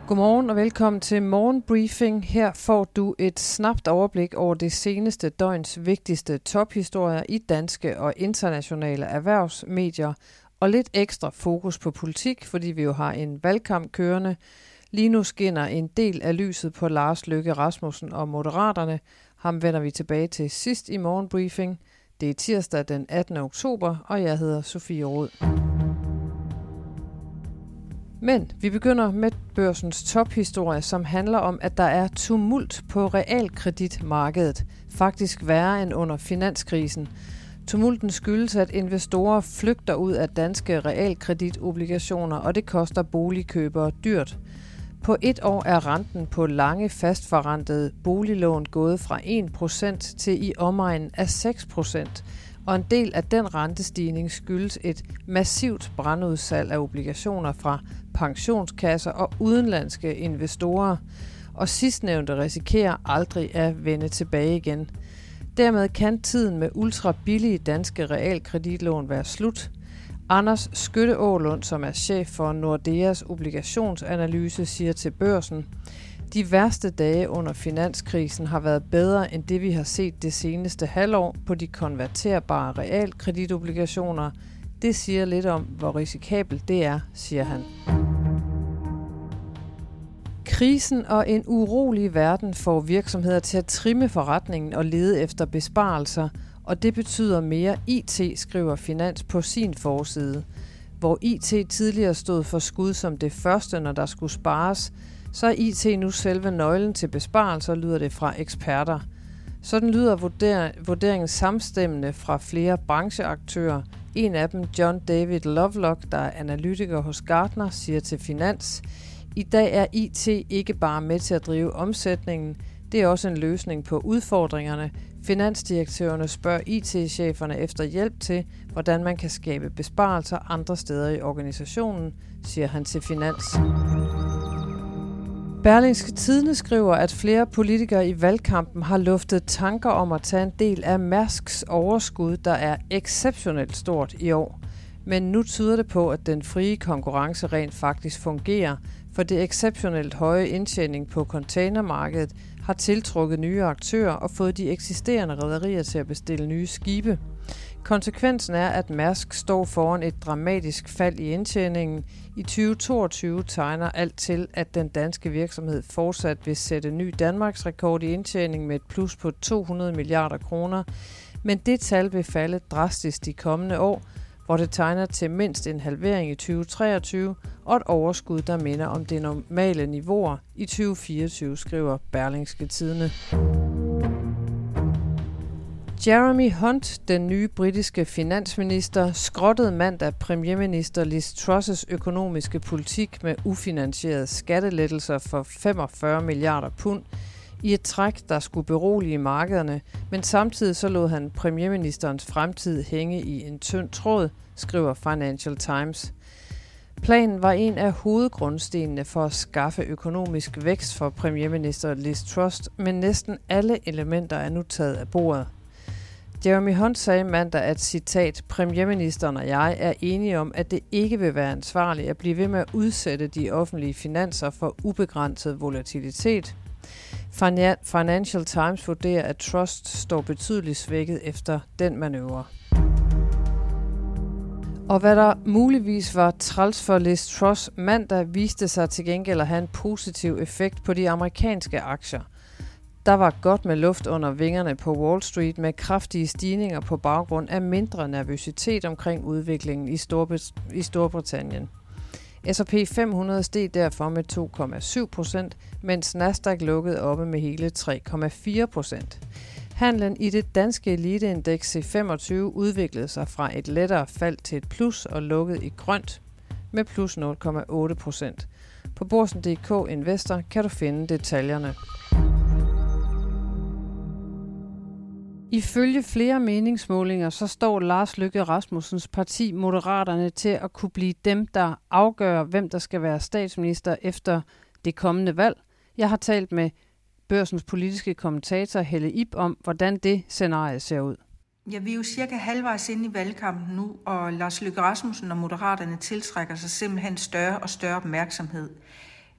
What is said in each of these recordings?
Godmorgen og velkommen til Morgenbriefing. Her får du et snapt overblik over det seneste døgns vigtigste tophistorier i danske og internationale erhvervsmedier, og lidt ekstra fokus på politik, fordi vi jo har en valgkamp kørende. Lige nu skinner en del af lyset på Lars Løkke Rasmussen og Moderaterne. Ham vender vi tilbage til sidst i Morgenbriefing. Det er tirsdag den 18. oktober, og jeg hedder Sofie Rod. Men vi begynder med børsens tophistorie, som handler om, at der er tumult på realkreditmarkedet. Faktisk værre end under finanskrisen. Tumulten skyldes, at investorer flygter ud af danske realkreditobligationer, og det koster boligkøbere dyrt. På et år er renten på lange fastforrentede boliglån gået fra 1% til i omegnen af 6%. Og en del af den rentestigning skyldes et massivt brandudsalg af obligationer fra pensionskasser og udenlandske investorer. Og sidstnævnte risikerer aldrig at vende tilbage igen. Dermed kan tiden med ultra billige danske realkreditlån være slut. Anders Skytte Aalund, som er chef for Nordeas obligationsanalyse, siger til Børsen: de værste dage under finanskrisen har været bedre end det, vi har set det seneste halvår på de konverterbare realkreditobligationer. Det siger lidt om, hvor risikabelt det er, siger han. Krisen og en urolig verden får virksomheder til at trimme forretningen og lede efter besparelser, og det betyder mere IT, skriver Finans på sin forside. Hvor IT tidligere stod for skud som det første, når der skulle spares, så er IT nu selve nøglen til besparelser, lyder det fra eksperter. Sådan lyder vurderingen samstemmende fra flere brancheaktører. En af dem, John David Lovelock, der er analytiker hos Gartner, siger til Finans: i dag er IT ikke bare med til at drive omsætningen, det er også en løsning på udfordringerne. Finansdirektørerne spørger IT-cheferne efter hjælp til, hvordan man kan skabe besparelser andre steder i organisationen, siger han til Finans. Berlingske Tidende skriver, at flere politikere i valgkampen har luftet tanker om at tage en del af Mærsks overskud, der er exceptionelt stort i år. Men nu tyder det på, at den frie konkurrence rent faktisk fungerer, for det exceptionelt høje indtjening på containermarkedet har tiltrukket nye aktører og fået de eksisterende rederier til at bestille nye skibe. Konsekvensen er, at Mærsk står foran et dramatisk fald i indtjeningen. I 2022 tegner alt til, at den danske virksomhed fortsat vil sætte ny Danmarks rekord i indtjening med et plus på 200 milliarder kroner. Men det tal vil falde drastisk de kommende år, hvor det tegner til mindst en halvering i 2023 og et overskud, der minder om det normale niveauer i 2024, skriver Berlingske Tidende. Jeremy Hunt, den nye britiske finansminister, skrottede mandag premierminister Liz Truss' økonomiske politik med ufinansierede skattelettelser for 45 milliarder pund i et træk, der skulle berolige markederne, men samtidig så lod han premierministerens fremtid hænge i en tynd tråd, skriver Financial Times. Planen var en af hovedgrundstenene for at skaffe økonomisk vækst for premierminister Liz Truss, men næsten alle elementer er nu taget af bordet. Jeremy Hunt sagde mandag, at citat, premierministeren og jeg er enige om, at det ikke vil være ansvarligt at blive ved med at udsætte de offentlige finanser for ubegrænset volatilitet. Financial Times vurderer, at Truss står betydeligt svækket efter den manøvre. Og hvad der muligvis var træls for Liz Truss mandag, viste sig til gengæld at have en positiv effekt på de amerikanske aktier. Der var godt med luft under vingerne på Wall Street med kraftige stigninger på baggrund af mindre nervøsitet omkring udviklingen i Storbritannien. S&P 500 steg derfor med 2,7%, mens Nasdaq lukkede oppe med hele 3,4%. Handlen i det danske eliteindeks C25 udviklede sig fra et lettere fald til et plus og lukkede i grønt med plus 0,8%. På Børsen.dk Investor kan du finde detaljerne. Ifølge flere meningsmålinger, så står Lars Løkke Rasmussens parti Moderaterne til at kunne blive dem, der afgør, hvem der skal være statsminister efter det kommende valg. Jeg har talt med Børsens politiske kommentator Helle Ib om, hvordan det scenarie ser ud. Ja, vi er jo cirka halvvejs inde i valgkampen nu, og Lars Løkke Rasmussen og Moderaterne tiltrækker sig simpelthen større og større opmærksomhed.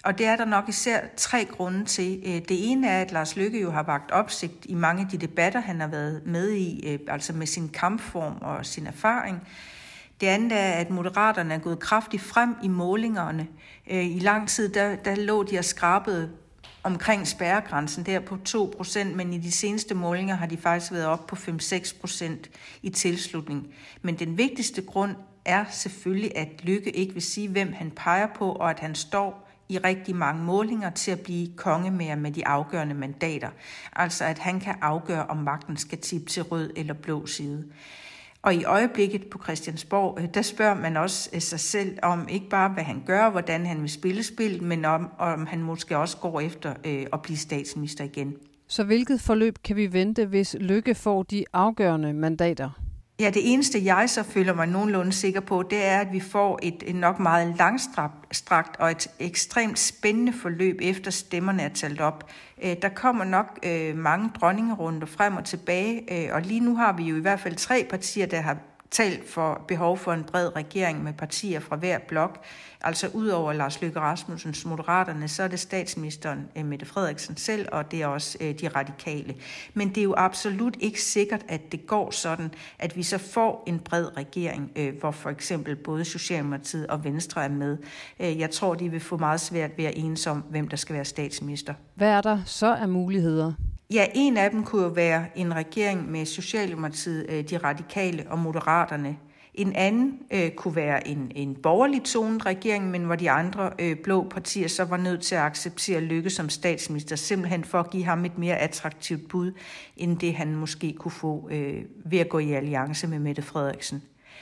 Og det er der nok især 3 grunde til. Det ene er, at Lars Løkke jo har vakt opsigt i mange af de debatter, han har været med i, altså med sin kampform og sin erfaring. Det andet er, at Moderaterne er gået kraftigt frem i målingerne. I lang tid, der lå de og skrabede omkring spærregrænsen der på 2%, men i de seneste målinger har de faktisk været op på 5-6% i tilslutning. Men den vigtigste grund er selvfølgelig, at Løkke ikke vil sige, hvem han peger på, og at han står i rigtig mange målinger til at blive kongemager med de afgørende mandater. Altså at han kan afgøre, om magten skal tippe til rød eller blå side. Og i øjeblikket på Christiansborg, der spørger man også sig selv om ikke bare, hvad han gør, hvordan han vil spille spil, men om han måske også går efter at blive statsminister igen. Så hvilket forløb kan vi vente, hvis Løkke får de afgørende mandater? Ja, det eneste, jeg så føler mig nogenlunde sikker på, det er, at vi får et nok meget langstrakt og et ekstremt spændende forløb, efter stemmerne er talt op. Der kommer nok mange dronningerunder frem og tilbage, og lige nu har vi jo i hvert fald 3 partier, der har talt for behov for en bred regering med partier fra hver blok. Altså udover Lars Løkke Rasmussens Moderaterne, så er det statsministeren Mette Frederiksen selv, og det er også de radikale. Men det er jo absolut ikke sikkert, at det går sådan, at vi så får en bred regering, hvor for eksempel både Socialdemokratiet og Venstre er med. Jeg tror, de vil få meget svært ved at enes om, hvem der skal være statsminister. Hvad er der så af muligheder? Ja, en af dem kunne jo være en regering med Socialdemokratiet, de radikale og Moderaterne. En anden kunne være en borgerlig tonet regering, men hvor de andre blå partier så var nødt til at acceptere Løkke som statsminister, simpelthen for at give ham et mere attraktivt bud, end det han måske kunne få ved at gå i alliance med Mette Frederiksen.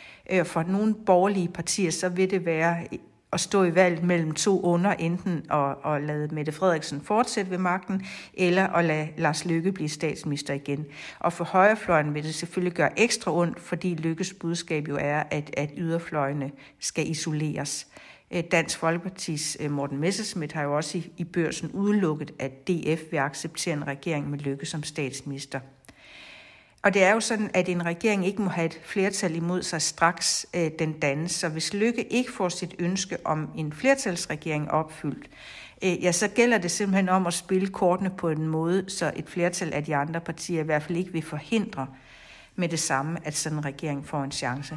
For nogle borgerlige partier, så vil det være at stå i valg mellem 2 onder, enten at lade Mette Frederiksen fortsætte ved magten, eller at lade Lars Løkke blive statsminister igen. Og for højrefløjen vil det selvfølgelig gøre ekstra ondt, fordi Løkkes budskab jo er, at yderfløjene skal isoleres. Dansk Folkepartis Morten Messerschmidt har jo også i Børsen udelukket, at DF vil acceptere en regering med Løkke som statsminister. Og det er jo sådan, at en regering ikke må have et flertal imod sig straks den dannes. Så hvis Løkke ikke får sit ønske om en flertalsregering opfyldt, så gælder det simpelthen om at spille kortene på en måde, så et flertal af de andre partier i hvert fald ikke vil forhindre med det samme, at sådan en regering får en chance.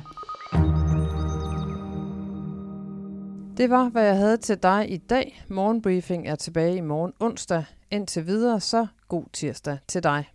Det var, hvad jeg havde til dig i dag. Morgenbriefing er tilbage i morgen onsdag. Indtil videre, så god tirsdag til dig.